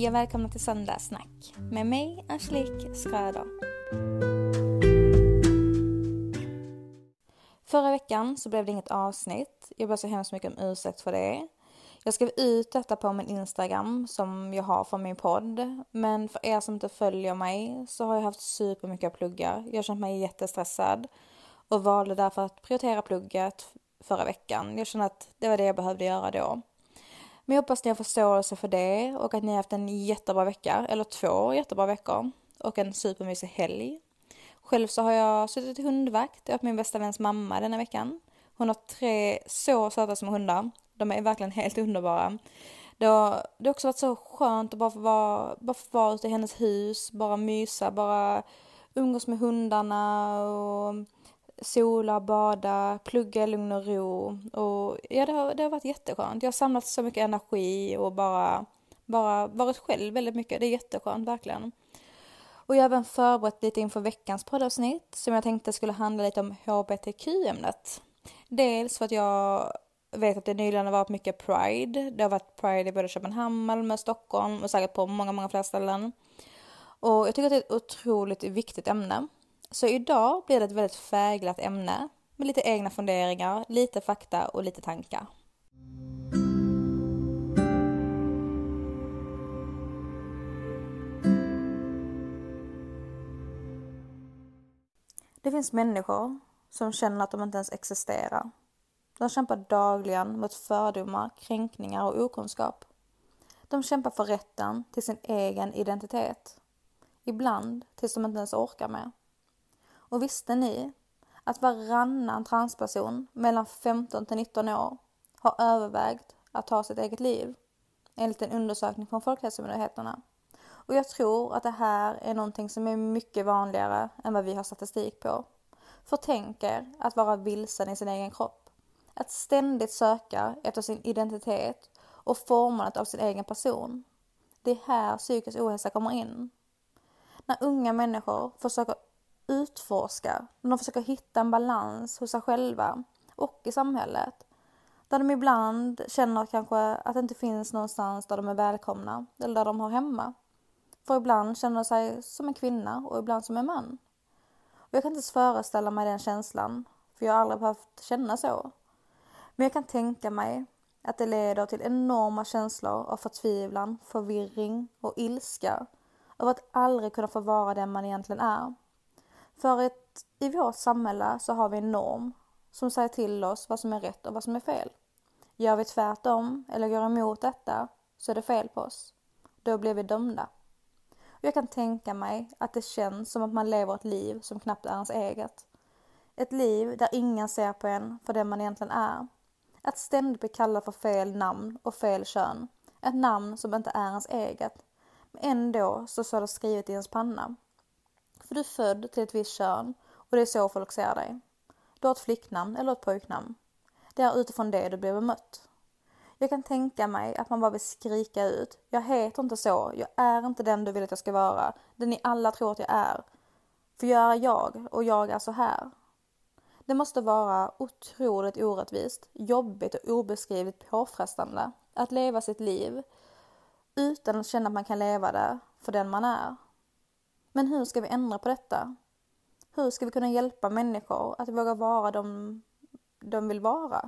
Hej och välkomna till Söndagssnack med mig, Angelique Skröder. Förra veckan så blev det inget avsnitt. Jag ber så hemskt mycket om ursäkt för det. Jag skrev ut detta på min Instagram som jag har från min podd. Men för er som inte följer mig så har jag haft supermycket att plugga. Jag har känt mig jättestressad och valde därför att prioritera plugget förra veckan. Jag kände att det var det jag behövde göra då. Men jag hoppas ni har förståelse för det och att ni har haft en jättebra vecka, eller 2 jättebra veckor och en supermysig helg. Själv så har jag suttit i hundvakt åt min bästa väns mamma denna veckan. Hon har 3 så söta små hundar. De är verkligen helt underbara. Det har också varit så skönt att bara få vara ute i hennes hus, bara mysa, bara umgås med hundarna och sola, bada, plugga i lugn och ro. Och ja, det har varit jätteskönt. Jag har samlat så mycket energi och bara varit själv väldigt mycket. Det är jätteskönt, verkligen. Och jag har även förberett lite inför veckans poddavsnitt som jag tänkte skulle handla lite om HBTQ-ämnet. Dels för att jag vet att det nyligen har varit mycket Pride. Det har varit Pride i både Köpenhamn, Malmö, Stockholm och säkert på många fler ställen. Och jag tycker att det är ett otroligt viktigt ämne. Så idag blir det ett väldigt färgglatt ämne med lite egna funderingar, lite fakta och lite tankar. Det finns människor som känner att de inte ens existerar. De kämpar dagligen mot fördomar, kränkningar och okunskap. De kämpar för rätten till sin egen identitet. Ibland tills de inte ens orkar med. Och visste ni att varannan transperson mellan 15 till 19 år har övervägt att ta sitt eget liv? Enligt en undersökning från Folkhälsomyndigheterna. Och jag tror att det här är någonting som är mycket vanligare än vad vi har statistik på. För tänk er att vara vilsen i sin egen kropp. Att ständigt söka efter sin identitet och formandet av sin egen person. Det är här psykisk ohälsa kommer in. När unga människor försöker utforska, när de försöker hitta en balans hos sig själva och i samhället. Där de ibland känner kanske att det inte finns någonstans där de är välkomna eller där de har hemma. För ibland känner de sig som en kvinna och ibland som en man. Och jag kan inte ens föreställa mig den känslan, för jag har aldrig behövt känna så. Men jag kan tänka mig att det leder till enorma känslor av förtvivlan, förvirring och ilska över att aldrig kunna få vara den man egentligen är. För i vårt samhälle så har vi en norm som säger till oss vad som är rätt och vad som är fel. Gör vi tvärtom eller går emot detta så är det fel på oss. Då blir vi dömda. Och jag kan tänka mig att det känns som att man lever ett liv som knappt är ens eget. Ett liv där ingen ser på en för det man egentligen är. Att ständigt bli kallad för fel namn och fel kön. Ett namn som inte är ens eget. Men ändå så är det skrivet i ens panna. För du är född till ett visst kön och det är så folk ser dig. Du har ett flicknamn eller ett pojknamn. Det är utifrån det du blir bemött. Jag kan tänka mig att man bara vill skrika ut. Jag heter inte så. Jag är inte den du vill att jag ska vara. Den ni alla tror att jag är. För jag är jag och jag är så här. Det måste vara otroligt orättvist, jobbigt och obeskrivligt påfrestande att leva sitt liv utan att känna att man kan leva det för den man är. Men hur ska vi ändra på detta? Hur ska vi kunna hjälpa människor att våga vara de vill vara?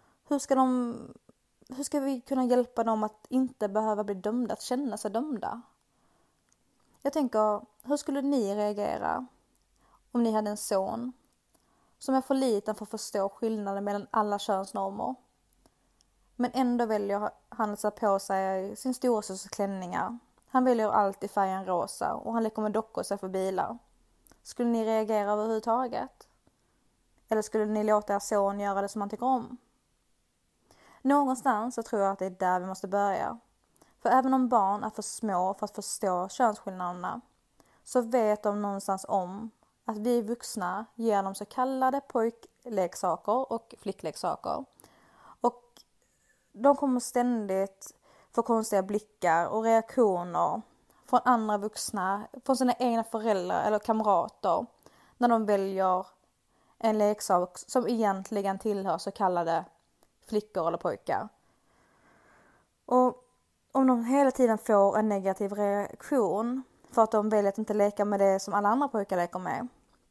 Hur ska vi kunna hjälpa dem att inte behöva bli dömda, att känna sig dömda? Jag tänker, hur skulle ni reagera om ni hade en son som är för liten för att förstå skillnaden mellan alla könsnormer? Men ändå väljer han att sätta på sig sin storasysters klänningar. Han väljer alltid färgen rosa och han leker med dockor sig för bilar. Skulle ni reagera överhuvudtaget? Eller skulle ni låta er son göra det som han tycker om? Någonstans så tror jag att det är där vi måste börja. För även om barn är för små för att förstå könsskillnaderna så vet de någonstans om att vi vuxna ger dem så kallade pojkleksaker och flickleksaker. Och de kommer ständigt få konstiga blickar och reaktioner från andra vuxna, från sina egna föräldrar eller kamrater när de väljer en leksak som egentligen tillhör så kallade flickor eller pojkar. Och om de hela tiden får en negativ reaktion för att de väljer att inte leka med det som alla andra pojkar leker med,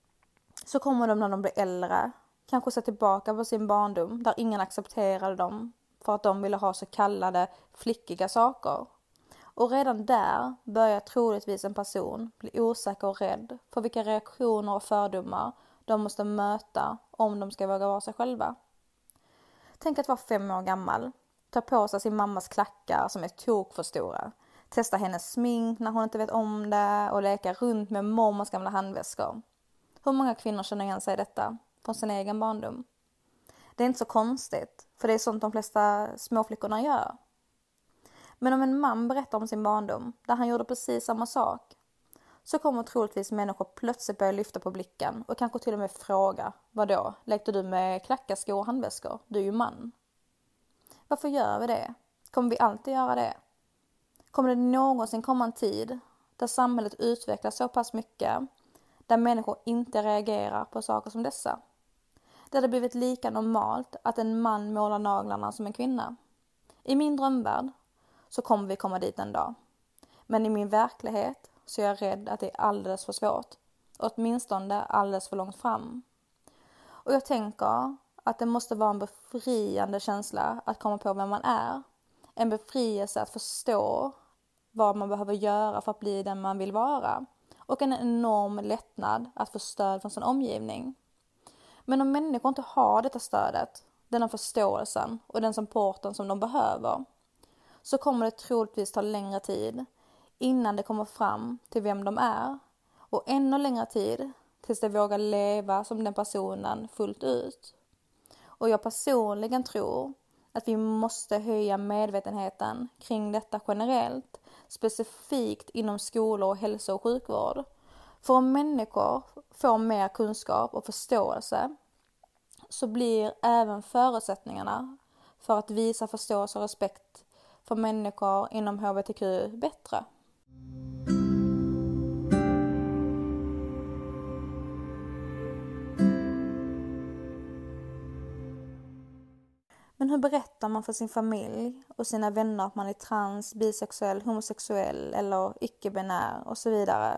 så kommer de när de blir äldre kanske se tillbaka på sin barndom där ingen accepterade dem för att de ville ha så kallade flickiga saker. Och redan där börjar troligtvis en person bli osäker och rädd för vilka reaktioner och fördomar de måste möta om de ska våga vara sig själva. Tänk att vara 5 år gammal, ta på sig sin mammas klackar som är tok för stora, testa hennes smink när hon inte vet om det och leka runt med mormors gamla handväskor. Hur många kvinnor känner igen sig i detta från sin egen barndom? Det är inte så konstigt, för det är sånt de flesta småflickorna gör. Men om en man berättar om sin barndom, där han gjorde precis samma sak, så kommer troligtvis människor plötsligt börja lyfta på blicken och kanske till och med fråga: vadå, lekte du med klackarskor och handväskor? Du är ju man. Varför gör vi det? Kommer vi alltid göra det? Kommer det någonsin komma en tid där samhället utvecklas så pass mycket, där människor inte reagerar på saker som dessa? Där det blivit lika normalt att en man målar naglarna som en kvinna? I min drömvärld så kommer vi komma dit en dag. Men i min verklighet så är jag rädd att det är alldeles för svårt. Åtminstone alldeles för långt fram. Och jag tänker att det måste vara en befriande känsla att komma på vem man är. En befrielse att förstå vad man behöver göra för att bli den man vill vara. Och en enorm lättnad att få stöd från sin omgivning. Men om människor inte har detta stödet, denna förståelsen och den supporten som de behöver, så kommer det troligtvis ta längre tid innan det kommer fram till vem de är, och ännu längre tid tills de vågar leva som den personen fullt ut. Och jag personligen tror att vi måste höja medvetenheten kring detta generellt, specifikt inom skolor och hälso- och sjukvård. För om människor får mer kunskap och förståelse, så blir även förutsättningarna för att visa förståelse och respekt för människor inom hbtq bättre. Men hur berättar man för sin familj och sina vänner att man är trans, bisexuell, homosexuell eller icke-binär och så vidare?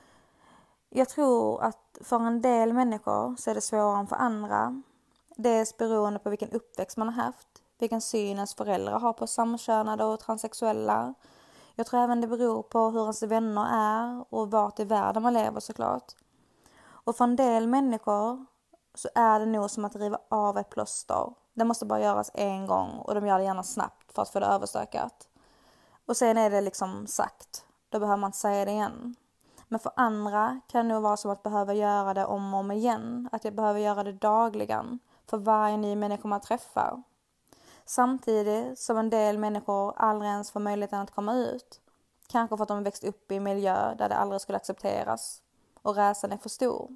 Jag tror att för en del människor så är det svårare än för andra. Dels beroende på vilken uppväxt man har haft, vilken syn ens föräldrar har på samkönade och transsexuella. Jag tror även det beror på hur ens vänner är och vart i världen man lever såklart. Och för en del människor så är det nog som att riva av ett plåster. Det måste bara göras en gång och de gör det gärna snabbt för att få det överstökat. Och sen är det liksom sagt. Då behöver man inte säga det igen. Men för andra kan det nog vara som att behöva göra det om och om igen. Att jag behöver göra det dagligen för varje ny människa man träffar. Samtidigt som en del människor aldrig ens får möjligheten att komma ut. Kanske för att de växt upp i en miljö där det aldrig skulle accepteras. Och rädslan är för stor.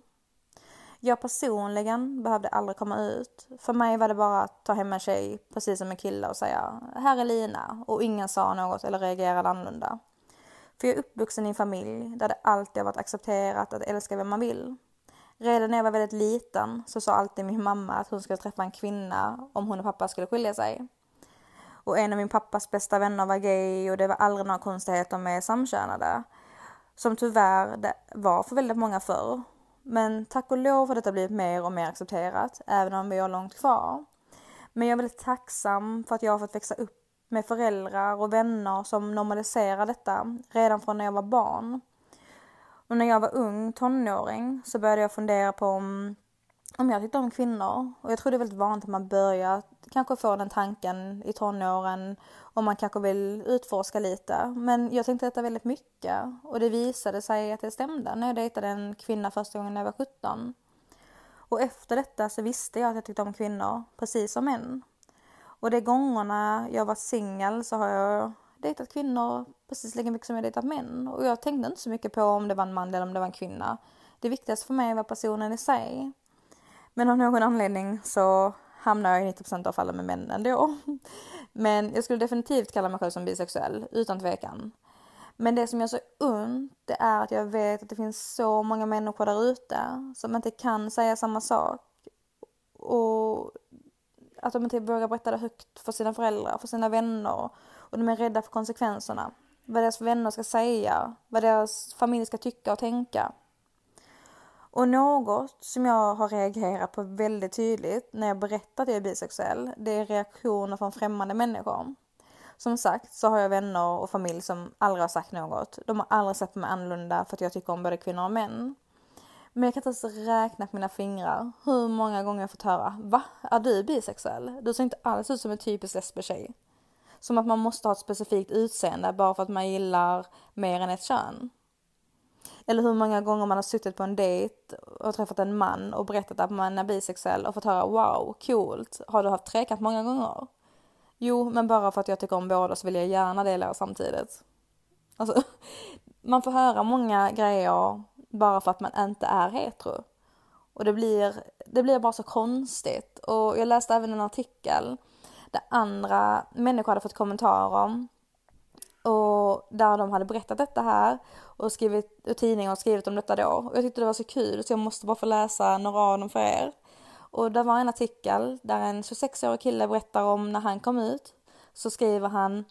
Jag personligen behövde aldrig komma ut. För mig var det bara att ta hem en tjej, precis som en kille, och säga: här är Lina. Och ingen sa något eller reagerade annorlunda. För jag är uppvuxen i en familj där det alltid har varit accepterat att älska vem man vill. Redan när jag var väldigt liten så sa alltid min mamma att hon skulle träffa en kvinna om hon och pappa skulle skilja sig. Och en av min pappas bästa vänner var gay och det var aldrig några konstigheter med samkönade. Som tyvärr det var för väldigt många förr. Men tack och lov har detta blivit mer och mer accepterat, även om vi har långt kvar. Men jag är väldigt tacksam för att jag har fått växa upp med föräldrar och vänner som normaliserar detta redan från när jag var barn. Och när jag var ung tonåring så började jag fundera på om jag tyckte om kvinnor. Och jag tror det är väldigt vanligt att man börjar kanske få den tanken i tonåren och man kanske vill utforska lite. Men jag tänkte detta väldigt mycket och det visade sig att det stämde när jag dejtade en kvinna första gången när jag var 17. Och efter detta så visste jag att jag tyckte om kvinnor, precis som män. Och de gångerna jag var singel så har jag dejtat kvinnor precis lika mycket som jag dejtat män. Och jag tänkte inte så mycket på om det var en man eller om det var en kvinna. Det viktigaste för mig var personen i sig. Men av någon anledning så hamnar jag i 90% av fallen med män ändå. Men jag skulle definitivt kalla mig själv som bisexuell, utan tvekan. Men det som jag så ont, det är att jag vet att det finns så många människor där ute som inte kan säga samma sak. Och Att de inte vågar berätta det högt för sina föräldrar, för sina vänner. Och de är rädda för konsekvenserna. Vad deras vänner ska säga, vad deras familj ska tycka och tänka. Och något som jag har reagerat på väldigt tydligt när jag berättat att jag är bisexuell, det är reaktioner från främmande människor. Som sagt så har jag vänner och familj som aldrig har sagt något. De har aldrig sett mig annorlunda för att jag tycker om både kvinnor och män. Men jag kan inte ens räkna på mina fingrar hur många gånger jag fått höra: va? Är du bisexuell? Du ser inte alls ut som en typisk lesbisk-tjej. Som att man måste ha ett specifikt utseende bara för att man gillar mer än ett kön. Eller hur många gånger man har suttit på en dejt och träffat en man och berättat att man är bisexuell och fått höra: wow, coolt. Har du haft trekant många gånger? Jo, men bara för att jag tycker om båda så vill jag gärna dela samtidigt. Alltså, man får höra många grejer bara för att man inte är hetero. Och det blir bara så konstigt. Och jag läste även en artikel där andra människor hade fått kommentarer. Och där de hade berättat detta här och skrivit i tidningen och skrivit om detta då. Och jag tyckte det var så kul så jag måste bara få läsa några av dem för er. Och det var en artikel där en 26-årig kille berättar om när han kom ut. Så skriver han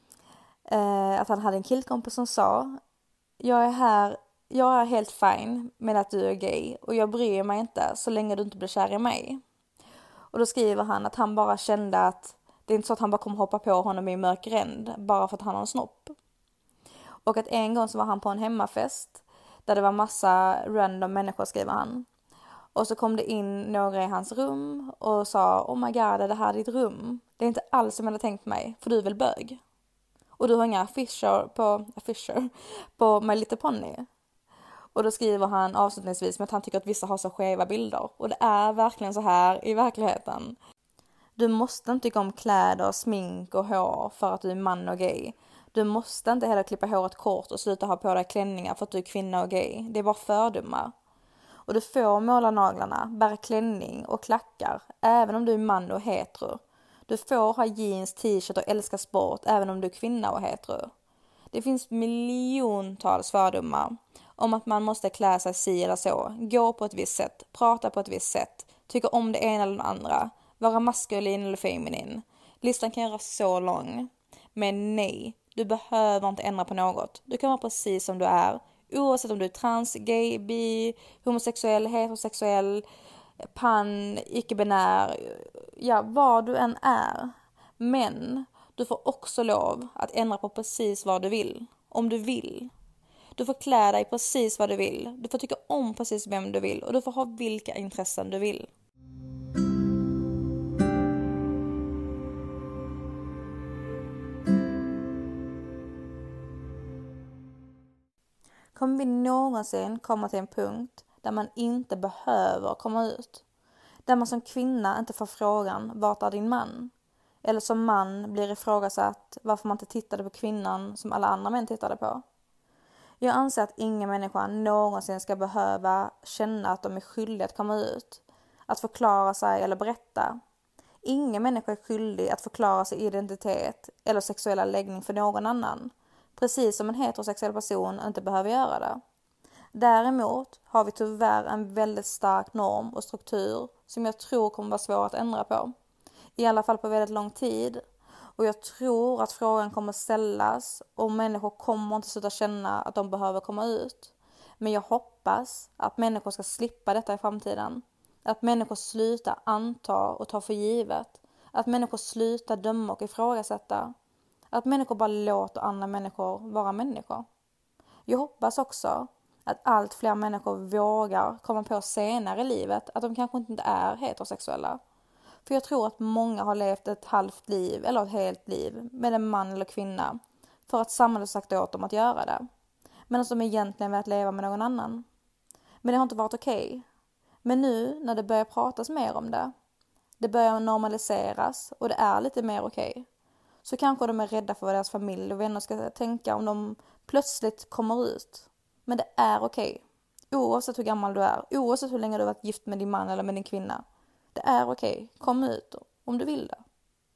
att han hade en killkompis som sa: jag är helt fine med att du är gay och jag bryr mig inte så länge du inte blir kär i mig. Och då skriver han att han bara kände att det är inte så att han bara kommer hoppa på honom i mörk ränd bara för att han har en snopp. Och att en gång så var han på en hemmafest där det var massa random människor, skriver han. Och så kom det in några i hans rum och sa: oh my god, är det här ditt rum? Det är inte alls som jag hade tänkt mig, för du är väl bög? Och du har inga affischer på My Little Pony. Och då skriver han avslutningsvis med att han tycker att vissa har så skeva bilder. Och det är verkligen så här i verkligheten. Du måste inte tycka om kläder, smink och hår för att du är man och gay. Du måste inte heller klippa håret kort och sluta ha på dig klänningar för att du är kvinna och gay. Det är bara fördomar. Och du får måla naglarna, bära klänning och klackar även om du är man och hetero. Du får ha jeans, t-shirt och älska sport även om du är kvinna och hetero. Det finns miljontals fördomar om att man måste klä sig si eller så, gå på ett visst sätt, prata på ett visst sätt, tycka om det ena eller det andra, vara maskulin eller feminin. Listan kan göras så lång. Men nej, du behöver inte ändra på något. Du kan vara precis som du är, oavsett om du är trans, gay, bi, homosexuell, heterosexuell, pan, icke-binär, ja, vad du än är. Men du får också lov att ändra på precis vad du vill, om du vill. Du får klä dig precis vad du vill, du får tycka om precis vem du vill och du får ha vilka intressen du vill. Kommer vi någonsin komma till en punkt där man inte behöver komma ut? Där man som kvinna inte får frågan: vart är din man? Eller som man blir ifrågasatt varför man inte tittade på kvinnan som alla andra män tittade på. Jag anser att ingen människa någonsin ska behöva känna att de är skyldiga att komma ut, att förklara sig eller berätta. Ingen människa är skyldig att förklara sin identitet eller sexuella läggning för någon annan. Precis som en heterosexuell person inte behöver göra det. Däremot har vi tyvärr en väldigt stark norm och struktur som jag tror kommer vara svår att ändra på. I alla fall på väldigt lång tid. Och jag tror att frågan kommer ställas och människor kommer inte sluta känna att de behöver komma ut. Men jag hoppas att människor ska slippa detta i framtiden. Att människor slutar anta och ta för givet. Att människor slutar döma och ifrågasätta. Att människor bara låter andra människor vara människor. Jag hoppas också att allt fler människor vågar komma på senare i livet att de kanske inte är heterosexuella. För jag tror att många har levt ett halvt liv eller ett helt liv med en man eller kvinna för att samhället sagt åt dem att göra det. Men att de egentligen vill leva med någon annan. Men det har inte varit okej. Men nu när det börjar pratas mer om det, det börjar normaliseras och det är lite mer okej. Så kanske de är rädda för vad deras familj och vänner ska tänka om de plötsligt kommer ut. Men det är okej. Oavsett hur gammal du är, oavsett hur länge du har varit gift med din man eller med din kvinna. Det är okej. Kom ut om du vill det.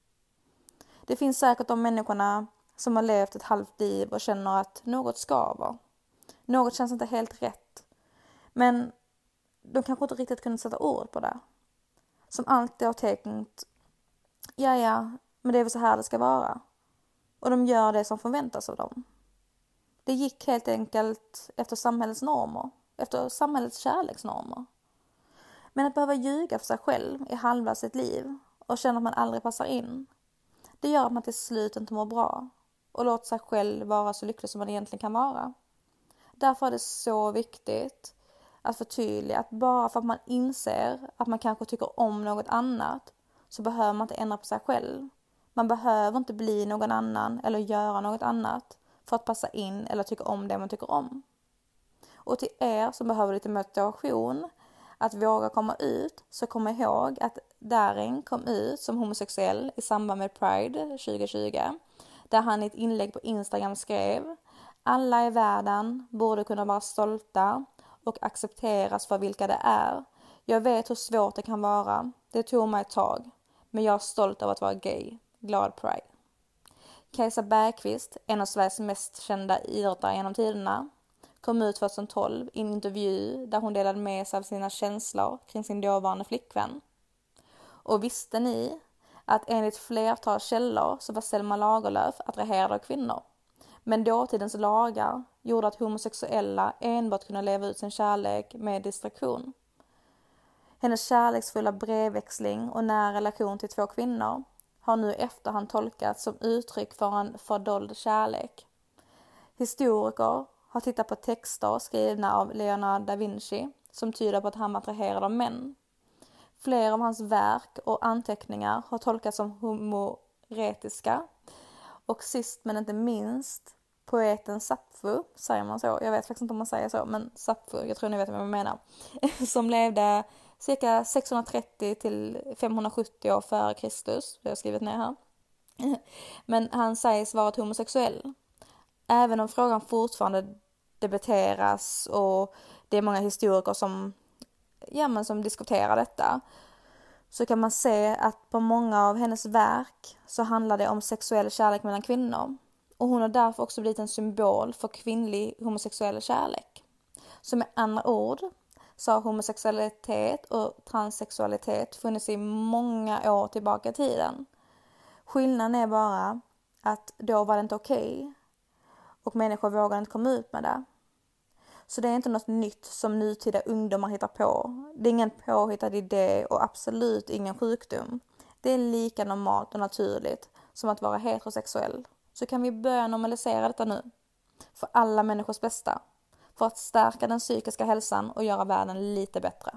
Det finns säkert de människorna som har levt ett halvt liv och känner att något skaver. Något känns inte helt rätt. Men de kanske inte riktigt kunde sätta ord på det. Som alltid har tänkt Ja, men det är väl så här det ska vara. Och de gör det som förväntas av dem. Det gick helt enkelt efter samhällets normer, efter samhällets kärleksnormer. Men att behöva ljuga för sig själv i halva sitt liv och känna att man aldrig passar in, det gör att man till slut inte mår bra och låter sig själv vara så lycklig som man egentligen kan vara. Därför är det så viktigt att förtydliga att bara för att man inser att man kanske tycker om något annat så behöver man inte ändra på sig själv. Man behöver inte bli någon annan eller göra något annat för att passa in eller tycka om det man tycker om. Och till er som behöver lite motivation att våga komma ut, så kom ihåg att Darin kom ut som homosexuell i samband med Pride 2020, där han i ett inlägg på Instagram skrev: alla i världen borde kunna vara stolta och accepteras för vilka det är. Jag vet hur svårt det kan vara. Det tog mig ett tag. Men jag är stolt över att vara gay. Glad Pride. Kajsa Bergqvist, en av Sveriges mest kända idrottare genom tiderna, kom ut 2012 i en intervju där hon delade med sig av sina känslor kring sin dåvarande flickvän. Och visste ni att enligt flertal källor så var Selma Lagerlöf attraherad av kvinnor? Men dåtidens lagar gjorde att homosexuella enbart kunde leva ut sin kärlek med distraktion. Hennes kärleksfulla brevväxling och nära relation till 2 kvinnor har nu i efterhand tolkats som uttryck för en fördold kärlek. Historiker har tittat på texter skrivna av Leonardo da Vinci som tyder på att han var attraherad av män. Flera av hans verk och anteckningar har tolkats som homoretiska. Och sist men inte minst, poeten Sappho, säger man så? Jag vet faktiskt inte om man säger så, men Sappho, jag tror ni vet vad jag menar. Som levde cirka 630 till 570 år före Kristus, det har jag skrivit ner här. Men han sägs vara homosexuell. Även om frågan fortfarande debatteras och det är många historiker som diskuterar detta, så kan man se att på många av hennes verk så handlar det om sexuell kärlek mellan kvinnor. Och hon har därför också blivit en symbol för kvinnlig homosexuell kärlek. Så med andra ord så har homosexualitet och transsexualitet funnits i många år tillbaka i tiden. Skillnaden är bara att då var det inte okej. Och människor vågar inte komma ut med det. Så det är inte något nytt som nutida ungdomar hittar på. Det är ingen påhittad idé och absolut ingen sjukdom. Det är lika normalt och naturligt som att vara heterosexuell. Så kan vi börja normalisera detta nu. För alla människors bästa. För att stärka den psykiska hälsan och göra världen lite bättre.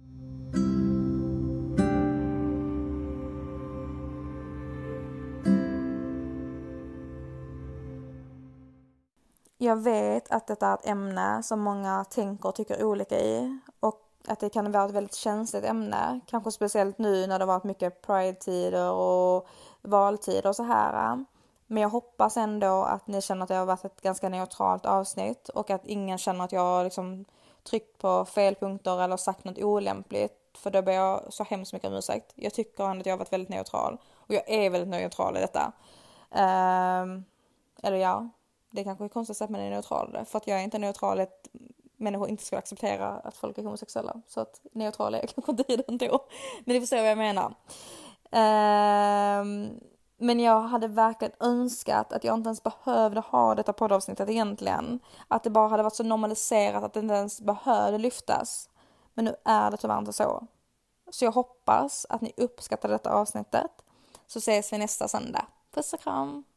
Jag vet att detta är ett ämne som många tänker och tycker olika i. Och att det kan vara ett väldigt känsligt ämne. Kanske speciellt nu när det har varit mycket Pride-tider och valtider och så här. Men jag hoppas ändå att ni känner att det har varit ett ganska neutralt avsnitt. Och att ingen känner att jag har liksom tryckt på fel punkter eller sagt något olämpligt. För då ber jag så hemskt mycket om ursäkt. Jag tycker ändå att jag har varit väldigt neutral. Och jag är väldigt neutral i detta. Eller ja, det kanske är konstigt att man är neutral. För att jag är inte neutral att människor inte ska acceptera att folk är homosexuella. Så att neutral är jag kanske inte i den då. Men ni förstår vad jag menar. Men jag hade verkligen önskat att jag inte ens behövde ha detta poddavsnittet egentligen. Att det bara hade varit så normaliserat att det inte ens behövde lyftas. Men nu är det tyvärr inte så. Så jag hoppas att ni uppskattar detta avsnittet. Så ses vi nästa söndag. Puss och kram!